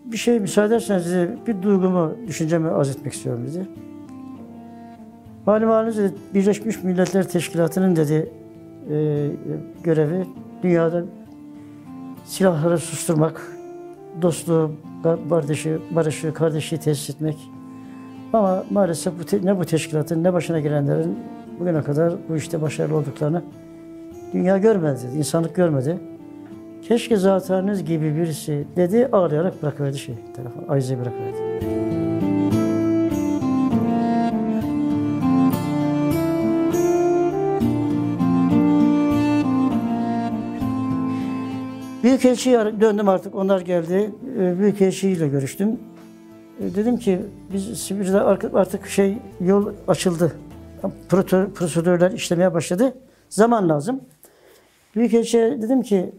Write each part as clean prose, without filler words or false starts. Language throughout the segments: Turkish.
bir şey müsaade ederseniz dedi, bir duygumu, düşüncemi arz etmek istiyorum dedi. Malum haliniz dedi, Birleşmiş Milletler Teşkilatı'nın dedi görevi dünyada silahları susturmak, dostluğu, barışı, kardeşliği tesis etmek. Ama maalesef ne bu teşkilatın ne başına gelenlerin bugüne kadar bu işte başarılı olduklarını dünya görmedi dedi, insanlık görmedi. Keşke zatınız gibi birisi dedi, ağlayarak bırakıverdi telefonu, Ayize'yi bırakıverdi. Büyükelçiye döndüm artık, onlar geldi. Büyükelçiyle görüştüm. Dedim ki biz Sibir'de artık yol açıldı. Prosedürler işlemeye başladı. Zaman lazım. Büyükelçiye dedim ki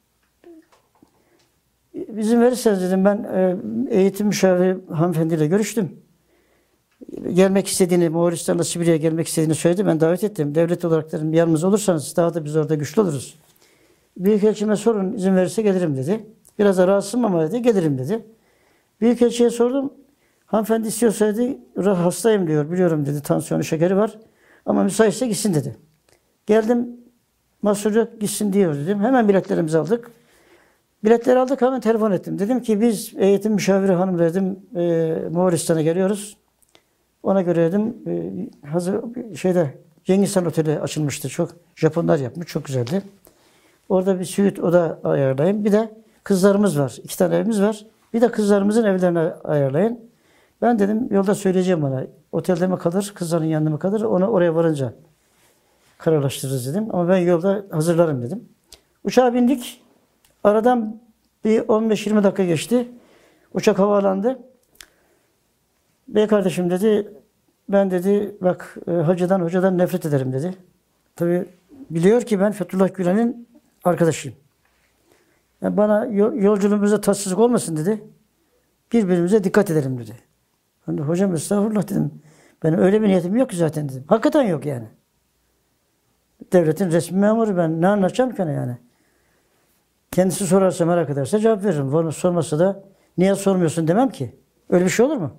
izin verirseniz dedim, ben eğitim müşaviri hanımefendiyle görüştüm. Gelmek istediğini, Moğolistan'da Sibirya'ya gelmek istediğini söyledi. Ben davet ettim. Devlet olarak dedim, yanımızda olursanız daha da biz orada güçlü oluruz. Büyükelçime sorun, izin verirse gelirim dedi. Biraz da rahatsızım ama dedi, gelirim dedi. Büyükelçiye sordum. Hanımefendi istiyorsa dedi, hastayım diyor, biliyorum dedi, tansiyonu, şekeri var. Ama müsaitse gitsin dedi. Geldim, mahsur yok, gitsin diyor dedim. Hemen biletlerimizi aldık. Biletleri aldık, hemen telefon ettim. Dedim ki biz eğitim müşaviri hanım dedim, Moğolistan'a geliyoruz. Ona göre dedim, hazır Cengiz Han Oteli açılmıştı. Çok Japonlar yapmış, çok güzeldi. Orada bir suite oda ayarlayın. Bir de kızlarımız var. 2 tane evimiz var. Bir de kızlarımızın evlerini ayarlayın. Ben dedim yolda söyleyeceğim ona. Otelde mi kalır, kızların yanında mı kalır? Onu oraya varınca kararlaştırırız dedim. Ama ben yolda hazırlarım dedim. Uçağa bindik. Aradan bir 15-20 dakika geçti. Uçak havalandı. Bey kardeşim dedi, ben dedi bak hocadan nefret ederim dedi. Tabii biliyor ki ben Fethullah Gülen'in arkadaşıyım. Yani bana yolculuğumuzda tatsızlık olmasın dedi. Birbirimize dikkat edelim dedi. Ben de hocam estağfurullah dedim. Benim öyle bir niyetim yok ki zaten dedim. Hakikaten yok yani. Devletin resmi memuru, ben ne anlatacağım ki ona yani. Kendisi sorarsa, merak ederse cevap veririm. Sormasa da niye sormuyorsun demem ki. Öyle bir şey olur mu?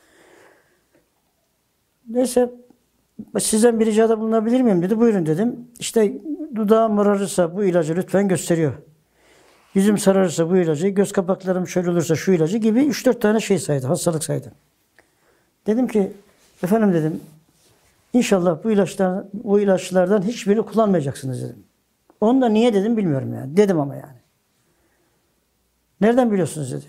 Neyse, sizden bir ricada bulunabilir miyim dedi. Buyurun dedim. İşte dudağım morarırsa bu ilacı lütfen gösteriyor. Yüzüm sararırsa bu ilacı, göz kapaklarım şöyle olursa şu ilacı gibi 3-4 tane saydı, hastalık saydı. Dedim ki, efendim dedim, inşallah bu ilaçlardan hiçbirini kullanmayacaksınız dedim. Onu da niye dedim bilmiyorum yani. Dedim ama yani. Nereden biliyorsunuz dedi.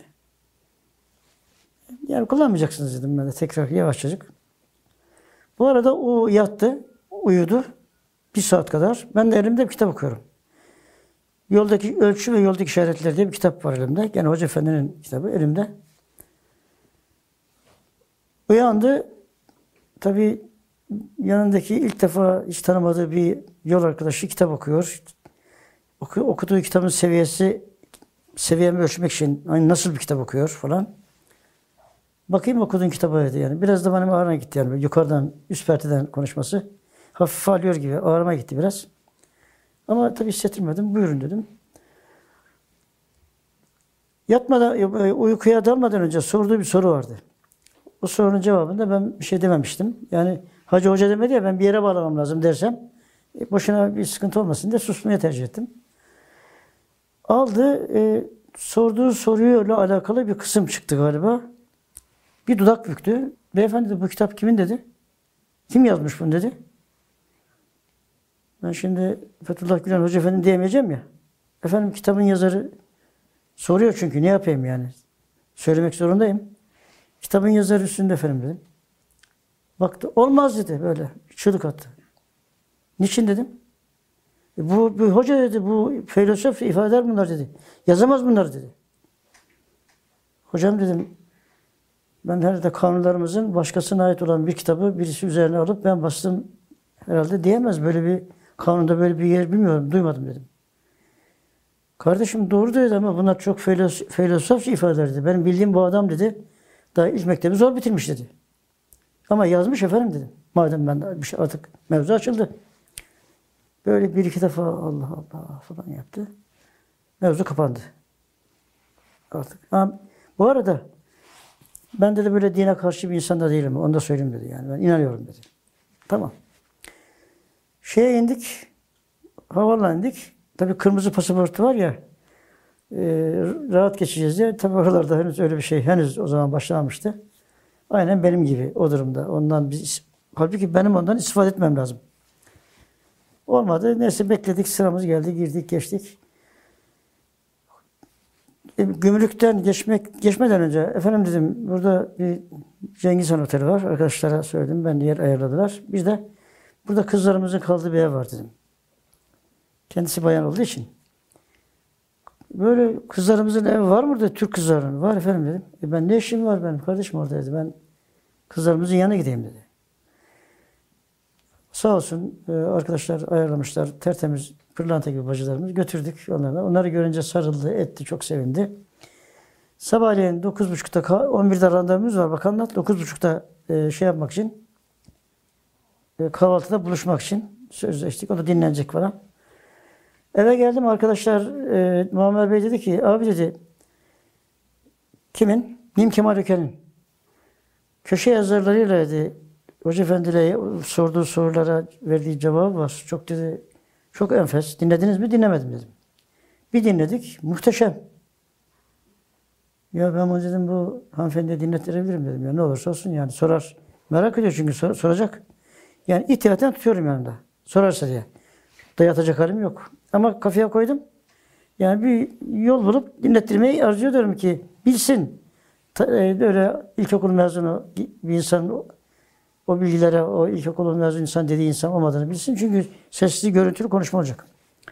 Yani kullanmayacaksınız dedim ben de tekrar yavaşçacık. Bu arada o yattı, uyudu. 1 saat kadar. Ben de elimde bir kitap okuyorum. Yoldaki Ölçü ve Yoldaki İşaretler diye bir kitap var elimde. Yani Hoca Efendi'nin kitabı elimde. Uyandı. Tabii yanındaki ilk defa hiç tanımadığı bir yol arkadaşı kitap okuyor. Okuduğu kitabın seviyemi ölçmek için nasıl bir kitap okuyor falan. Bakayım okuduğun kitaba dedi yani. Biraz da benim ağrına gitti yani. Yukarıdan, üst perdeden konuşması. Hafif ağrıyor gibi. Ağrıma gitti biraz. Ama tabii hissettirmedim. Buyurun dedim. Uykuya dalmadan önce sorduğu bir soru vardı. O sorunun cevabında ben bir şey dememiştim. Yani Hacı Hoca demedi ya, ben bir yere bağlamam lazım dersem boşuna bir sıkıntı olmasın diye susmaya tercih ettim. Aldı, sorduğu soruyla alakalı bir kısım çıktı galiba. Bir dudak büktü. Beyefendi de bu kitap kimin dedi. Kim yazmış bunu dedi. Ben şimdi Fethullah Gülen Hoca Efendi diyemeyeceğim ya. Efendim kitabın yazarı soruyor çünkü ne yapayım yani. Söylemek zorundayım. Kitabın yazarı üstünde efendim dedim. Baktı. Olmaz dedi böyle. Çığlık attı. Niçin dedim. Bu hoca dedi, bu filozof ifadeler bunlar dedi. Yazamaz bunlar dedi. Hocam dedim, ben herhalde kanunlarımızın başkasına ait olan bir kitabı birisi üzerine alıp ben bastım herhalde diyemez. Böyle bir kanunda böyle bir yer bilmiyorum, duymadım dedim. Kardeşim doğru dedi ama bunlar çok filozofça ifadeler dedi. Benim bildiğim bu adam dedi, daha ilk mektebi zor bitirmiş dedi. Ama yazmış efendim dedim. Madem ben bir şey artık mevzu açıldı. Böyle 1-2 defa Allah Allah falan yaptı. Mevzu kapandı. Artık. Ama Bu arada ben de böyle dine karşı bir insan da değilim. Onu da söyleyeyim dedi. Yani ben inanıyorum dedi. Tamam. Şeye indik. Havaalanına indik. Tabii kırmızı pasaportu var ya, rahat geçeceğiz diye. Tabii oralarda henüz öyle bir şey henüz o zaman başlamamıştı. Aynen benim gibi o durumda. Ondan halbuki benim ondan istifade etmem lazım. Olmadı. Neyse bekledik. Sıramız geldi. Girdik, geçtik. Gümrükten geçmeden önce efendim dedim burada bir Cengiz Han Oteli var. Arkadaşlara söyledim. Ben de yer ayarladılar. Bir de burada kızlarımızın kaldığı bir ev var dedim. Kendisi bayan olduğu için. Böyle kızlarımızın evi var mı dedi. Türk kızlarının. Var efendim dedim. Ben ne işim var benim kardeşim orada dedi. Ben kızlarımızın yanına gideyim dedi. Sağ olsun arkadaşlar ayarlamışlar. Tertemiz pırlanta gibi bacılarımız. Götürdük onlara. Onları görünce sarıldı, etti. Çok sevindi. Sabahleyin 9.30'da 11'de randevumuz var. Bak anlat. 9.30'da şey yapmak için kahvaltıda buluşmak için sözleştik. O da dinlenecek falan. Eve geldim arkadaşlar Muammer Bey dedi ki abi dedi kimin? Mim Kemal Öken'in. Köşe yazarlarıyla dedi Hoca Efendi'yle sorduğu sorulara verdiği cevabı var. Çok dedi çok enfes. Dinlediniz mi? Dinlemedim dedim. Bir dinledik. Muhteşem. Ya ben bunu dedim bu hanımefendiye dinlettirebilirim dedim. Ya ne olursa olsun yani sorar. Merak ediyor çünkü soracak. Yani ihtiyaten tutuyorum yanında. Sorarsa diye. Dayatacak halim yok. Ama kafaya koydum. Yani bir yol bulup dinlettirmeyi arzu ediyorum ki bilsin. Öyle ilkokul mezunu bir insan o bilgilere, o ilkokul mezunu insan dediği insan olmadığını bilsin. Çünkü sesli, görüntülü konuşma olacak.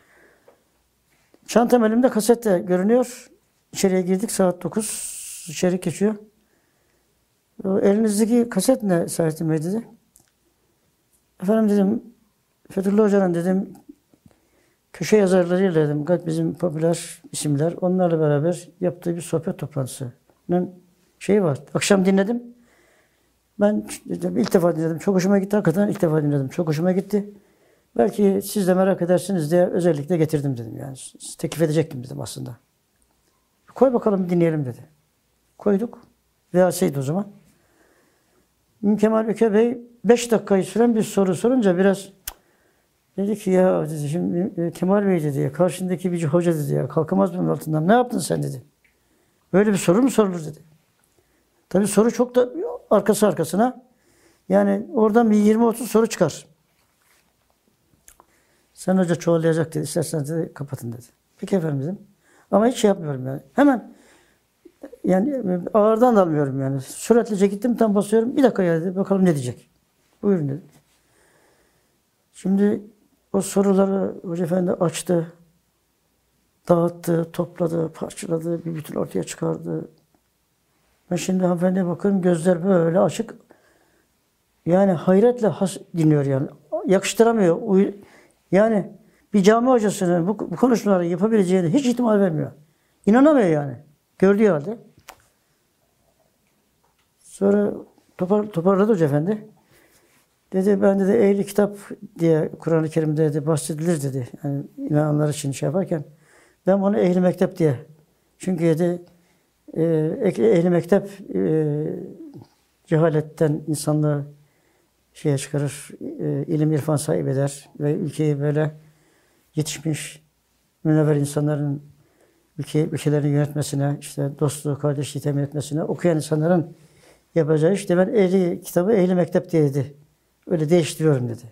Çantam elimde, kaset de görünüyor. İçeriye girdik, saat 9. İçeri geçiyor. O elinizdeki kaset ne Saadettin Bey dedi. Efendim dedim, Fethullah Hoca'nın dedim, köşe yazarlarıyla dedim, bizim popüler isimler, onlarla beraber yaptığı bir sohbet toplantısının şeyi var. Akşam dinledim. Ben ilk defa dinledim. Çok hoşuma gitti. Hakikaten ilk defa dinledim. Çok hoşuma gitti. Belki siz de merak edersiniz diye özellikle getirdim dedim. Yani teklif edecektim dedim aslında. Koy bakalım dinleyelim dedi. Koyduk. VHS'ydi o zaman. Kemal Öke Bey 5 dakikayı süren bir soru sorunca biraz dedi ki ya dedi, şimdi Kemal Bey dedi ya karşındaki bir hoca dedi ya kalkamaz bunun altından. Ne yaptın sen dedi. Böyle bir soru mu sorulur dedi. Tabii soru çok da arkası arkasına. Yani oradan bir 20-30 soru çıkar. Sen hoca çoğallayacak dedi. İsterseniz dedi kapatın dedi. Peki efendim dedim. Ama hiç şey yapmıyorum yani. Hemen yani ağırdan da almıyorum yani. Süratlice gittim tam basıyorum. Bir dakika ya dedi. Bakalım ne diyecek. Buyurun dedi. Şimdi o soruları Hoca Efendi açtı. Dağıttı, topladı, parçaladı. Bir bütün ortaya çıkardı. Ben şimdi hanımefendiye bakıyorum. Gözler böyle açık. Yani hayretle dinliyor yani. Yakıştıramıyor. Yani bir cami hocasının bu konuşmaları yapabileceğine hiç ihtimal vermiyor. İnanamıyor yani. Gördüğü halde. Sonra toparladı Hoca Efendi. Dedi ben dedi ehli kitap diye Kur'an-ı Kerim'de dedi, bahsedilir dedi. Yani inananlar için şey yaparken ben bunu ehli mektep diye. Çünkü dedi ehli mektep cehaletten insanlığı şeye çıkarır, ilim irfan sahibi eder ve ülkeyi böyle yetişmiş münevver insanların ülkelerini yönetmesine, işte dostluğu, kardeşliği temin etmesine, okuyan insanların yapacağı işte ben ehli kitabı ehli mektep diye dedi. Öyle değiştiriyorum dedi.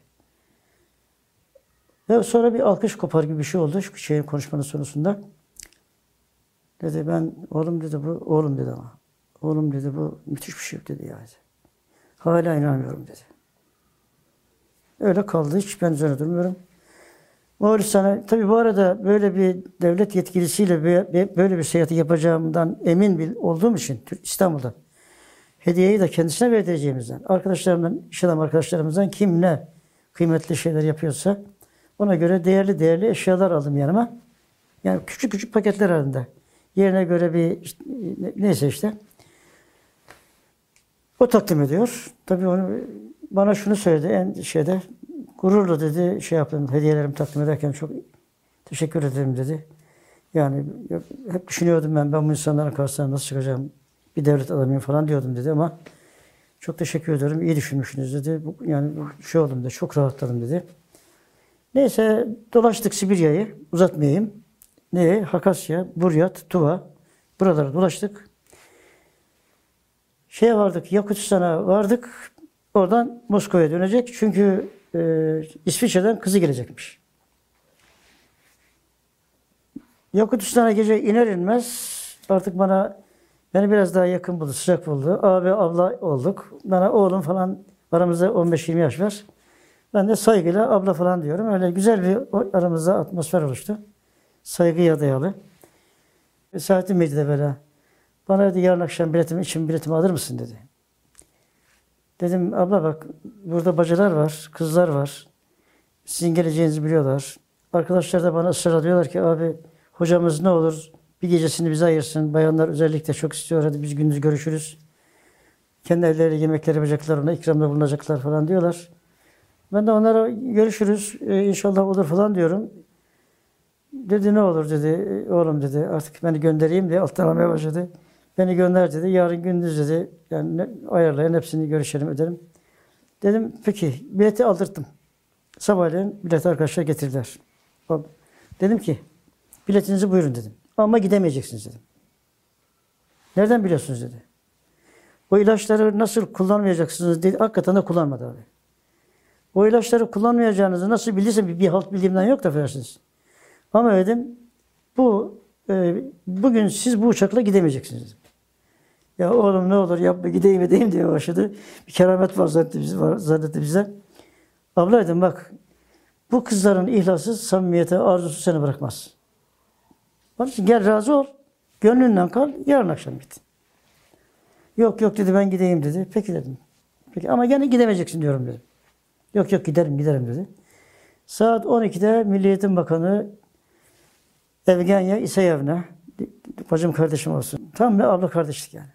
Ve sonra bir alkış kopar gibi bir şey oldu şu şeyin konuşmanın sonunda. Dedi ben oğlum dedi bu oğlum dedi ama. Oğlum dedi bu müthiş bir şey dedi yani. Hala inanmıyorum dedi. Öyle kaldı. Hiç ben üzerine durmuyorum. Moğolistan'a tabii bu arada böyle bir devlet yetkilisiyle böyle bir seyahati yapacağımdan emin olduğum için İstanbul'da hediyeyi de kendisine vereceğimizden, arkadaşlarımdan, iş adamı arkadaşlarımızdan kim ne kıymetli şeyler yapıyorsa ona göre değerli eşyalar aldım yanıma. Yani küçük küçük paketler halinde. Yerine göre bir işte, neyse işte. O takdim ediyor. Tabii onu bana şunu söyledi en şeyde gururla dedi şey yaptım hediyelerimi takdim ederken çok teşekkür ederim dedi. Yani hep düşünüyordum ben bu insanların karşısına nasıl çıkacağım. bir devlet adamıyım falan diyordum dedi ama çok teşekkür ederim. İyi düşünmüşsünüz dedi. Yani şey oldum dedi. Çok rahatladım dedi. Neyse dolaştık Sibirya'yı. Uzatmayayım. Hakasya, Buryat, Tuva. Buralara dolaştık. Şeye vardık. Yakutistan'a vardık. Oradan Moskova'ya dönecek. Çünkü İsviçre'den kızı gelecekmiş. Yakutistan'a gece iner inmez artık beni biraz daha yakın buldu, sıcak buldu. Abi, abla olduk. Bana oğlum falan aramızda 15-20 yaş var. Ben de saygıyla abla falan diyorum. Öyle güzel bir aramızda atmosfer oluştu. Saygıya dayalı. Saatin Bey'di de böyle. Bana dedi yarın akşam biletimi alır mısın dedi. Dedim abla bak burada bacılar var, kızlar var. Sizin geleceğinizi biliyorlar. Arkadaşlar da bana ısrar ediyorlar ki abi hocamız ne olur bir gecesini bize ayırsın. Bayanlar özellikle çok istiyor. Hadi biz gündüz görüşürüz. Kendi elleriyle yemekler yapacaklar, ona ikramda bulunacaklar falan diyorlar. Ben de onlara görüşürüz. İnşallah olur falan diyorum. Dedi ne olur dedi. Oğlum dedi artık beni göndereyim diye alttan almaya başladı. Beni gönder dedi. Yarın gündüz dedi. Yani ayarlayın hepsini görüşelim edelim. Dedim peki bileti aldırttım. Sabahleyin bileti arkadaşlar getirdiler. Dedim ki biletinizi buyurun dedim. Ama gidemeyeceksiniz dedim. Nereden biliyorsunuz dedi. O ilaçları nasıl kullanmayacaksınız dedi. Hakikaten de kullanmadı abi. O ilaçları kullanmayacağınızı nasıl bildiysem bir halt bildiğimden yok da affedersiniz. Ama dedim bugün siz bu uçakla gidemeyeceksiniz dedim. Ya oğlum ne olur yapma gideyim diye başladı. Bir keramet var zannetti bize. Abla dedim bak bu kızların ihlası, samimiyeti, arzusu seni bırakmaz. Onun için gel razı ol. Gönlünden kal. Yarın akşam git. Yok dedi ben gideyim dedi. Peki dedim. Peki ama gene gidemeyeceksin diyorum dedim. Yok giderim dedi. Saat 12'de Milli Eğitim Bakanı Evgenya İsayevna, bacım kardeşim olsun. Tam bir abla kardeşlik yani.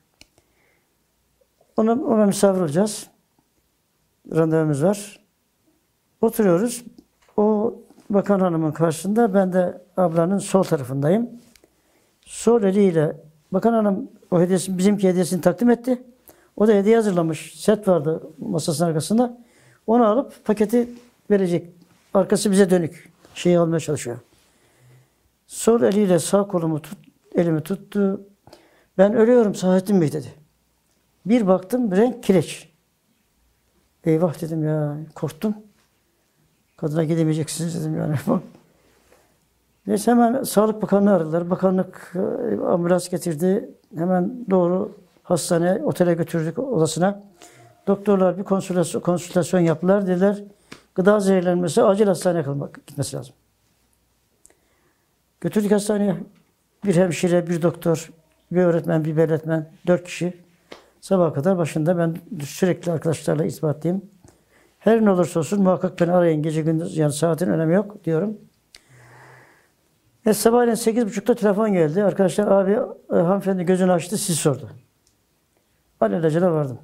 Ona misafir olacağız. Randevumuz var. Oturuyoruz. O bakan hanımın karşısında ben de ablanın sol tarafındayım. Sol eliyle bakan hanım o bizimki hediyesini takdim etti. O da hediye hazırlamış. Set vardı masasının arkasında. Onu alıp paketi verecek. Arkası bize dönük. Şeyi almaya çalışıyor. Sol eliyle sağ elimi tuttu. Ben ölüyorum Saadettin Bey dedi. Bir baktım renk kireç. Eyvah dedim ya korktum. Kadına gidemeyeceksiniz dedim yani. Neyse hemen Sağlık Bakanlığı aradılar. Bakanlık ambulans getirdi. Hemen doğru hastaneye, otele götürdük odasına. Doktorlar bir konsültasyon yaptılar. Dediler gıda zehirlenmesi acil hastaneye gitmesi lazım. Götürdük hastaneye. Bir hemşire, bir doktor, bir öğretmen, bir öğretmen, 4 kişi. Sabaha kadar başında ben sürekli arkadaşlarla irtibatlıyım. Her ne olursa olsun muhakkak beni arayın gece gündüz yani saatin önemi yok diyorum. Sabahleyin 8.30'da telefon geldi. Arkadaşlar abi hanımefendi gözünü açtı sizi sordu. Alelacele vardım.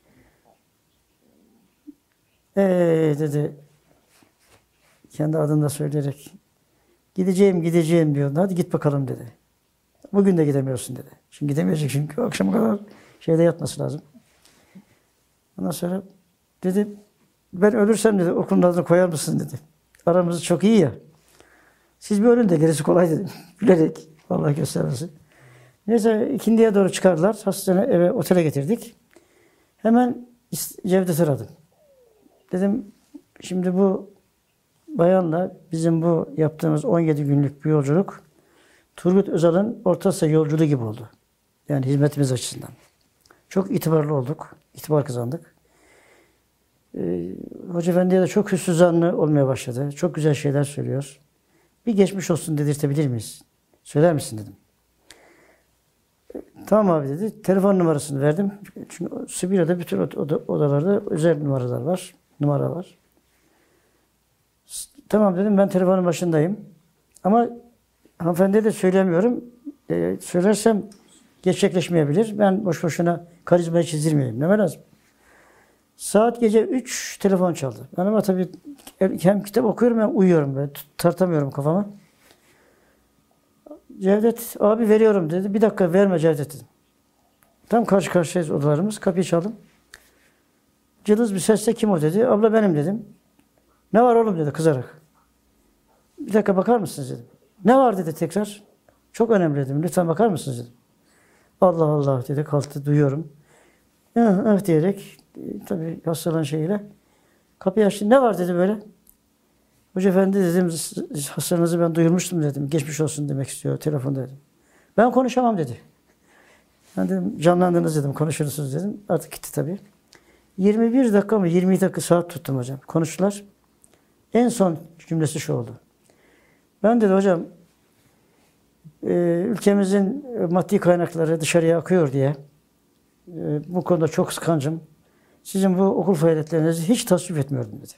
Dedi kendi adını da söyleyerek gideceğim diyordu. Hadi git bakalım dedi. Bugün de gidemiyorsun dedi. Şimdi gidemeyecek çünkü akşama kadar şeyde yatması lazım. Ondan sonra dedi ben ölürsem dedi okulun adını koyar mısın dedi. Aramız çok iyi ya. Siz bir ölün de gerisi kolay dedim. Gülerek. Vallahi göstermesi. Neyse ikindiye doğru çıkardılar. Hastane otele getirdik. Hemen Cevdet'i aradım. Dedim şimdi bu bayanla bizim bu yaptığımız 17 günlük bir yolculuk Turgut Özal'ın Orta Asya yolculuğu gibi oldu. Yani hizmetimiz açısından. Çok itibarlı olduk. İtibar kazandık. Hoca Efendi'ye de çok hüsnü zanlı olmaya başladı. Çok güzel şeyler söylüyor. Bir geçmiş olsun dedirtebilir miyiz? Söyler misin dedim. Tamam abi dedi. Telefon numarasını verdim. Çünkü Sibirya'da bütün odalarda özel numara var. Tamam dedim ben telefonun başındayım. Ama hanımefendiye de söylemiyorum. Söylersem gerçekleşmeyebilir. Ben boş boşuna karizmayı çizdirmeyeyim. Neme lazım? Saat gece 3 telefon çaldı. Ben ama tabii hem kitap okuyorum hem uyuyorum. Ben tartamıyorum kafama. Cevdet abi veriyorum dedi. Bir dakika verme Cevdet dedim. Tam karşı karşıyayız odalarımız. Kapıyı çaldım. Cılız bir sesle kim o dedi. Abla benim dedim. Ne var oğlum dedi kızarak. Bir dakika bakar mısınız dedim. Ne var dedi tekrar. Çok önemli dedim. Lütfen bakar mısınız dedim. Allah Allah dedi. Kalktı duyuyorum. Diyerek tabii hastalan şeyle. Kapıyı açtı. Ne var dedi böyle. Hoca efendi dedim hastanızı ben duyurmuştum dedim. Geçmiş olsun demek istiyor telefonda dedim. Ben konuşamam dedi. Ben dedim canlandınız dedim konuşursunuz dedim. Artık gitti tabii. 21 dakika mı 20 dakika saat tuttum hocam. Konuştular. En son cümlesi şu oldu. Ben dedi hocam ülkemizin maddi kaynakları dışarıya akıyor diye bu konuda çok kıskancım. Sizin bu okul faaliyetlerinizi hiç tasvip etmiyordum dedi.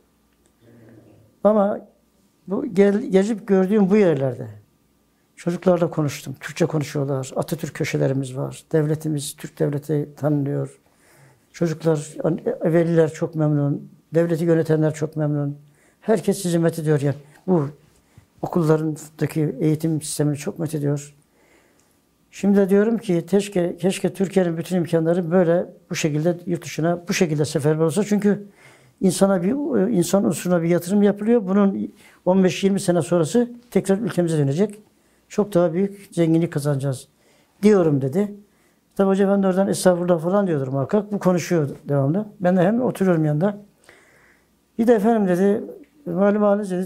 Ama bu gezip gördüğüm bu yerlerde çocuklarla konuştum. Türkçe konuşuyorlar. Atatürk köşelerimiz var. Devletimiz, Türk devleti tanınıyor. Çocuklar, veliler çok memnun. Devleti yönetenler çok memnun. Herkes hizmet ediyor yani. Bu okullarındaki eğitim sistemini çok methediyor. Şimdi de diyorum ki keşke Türkiye'nin bütün imkanları böyle bu şekilde yurt dışına bu şekilde seferber olsa. Çünkü insan unsuruna bir yatırım yapılıyor. Bunun 15-20 sene sonrası tekrar ülkemize dönecek. Çok daha büyük zenginlik kazanacağız diyorum dedi. Tabi hoca ben de oradan estağfurullah falan diyordur muhakkak. Bu konuşuyor devamlı. Ben de hem oturuyorum yanında. Bir de efendim dedi malum haliniz dedi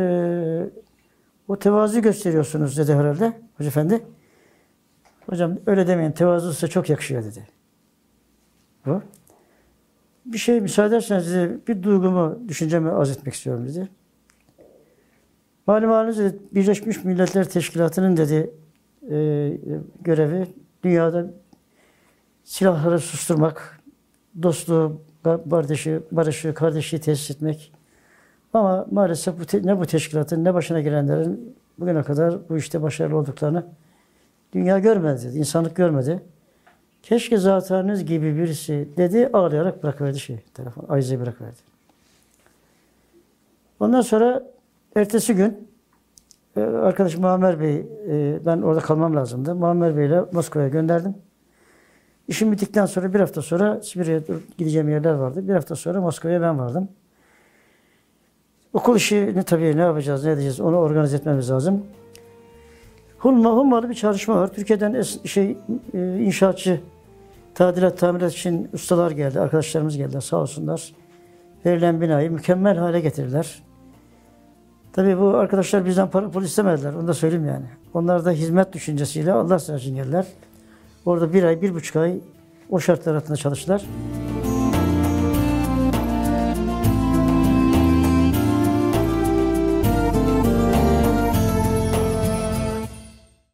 o tevazu gösteriyorsunuz dedi herhalde hoca efendi. Hocam öyle demeyin tevazu size çok yakışıyor dedi. Bu. Bir şey müsaade ederseniz dedi, bir duygumu, düşüncemi arz etmek istiyorum dedi. Malum haliniz dedi, Birleşmiş Milletler Teşkilatı'nın dedi görevi dünyada silahları susturmak, dostluğu, barışı, kardeşliği tesis etmek. Ama maalesef ne bu teşkilatın ne başına gelenlerin bugüne kadar bu işte başarılı olduklarını dünya görmedi dedi, insanlık görmedi. Keşke zatınız gibi birisi dedi, ağlayarak bırakıverdi telefon, ayizeyi bırakıverdi. Ondan sonra ertesi gün arkadaşım Muammer Bey, ben orada kalmam lazımdı. Muammer Bey ile Moskova'ya gönderdim. İşim bittikten sonra bir hafta sonra Sibirya'ya gideceğim yerler vardı. Bir hafta sonra Moskova'ya ben vardım. Okul işini tabii ne yapacağız, ne edeceğiz onu organize etmemiz lazım. Hummalı bir çalışma var. Türkiye'den inşaatçı, tamirat için ustalar geldi, arkadaşlarımız geldi sağ olsunlar. Verilen binayı mükemmel hale getirdiler. Tabii bu arkadaşlar bizden para pul istemediler, onu da söyleyeyim yani. Onlar da hizmet düşüncesiyle Allah için geldiler. Orada bir ay, 1,5 ay o şartlar altında çalıştılar.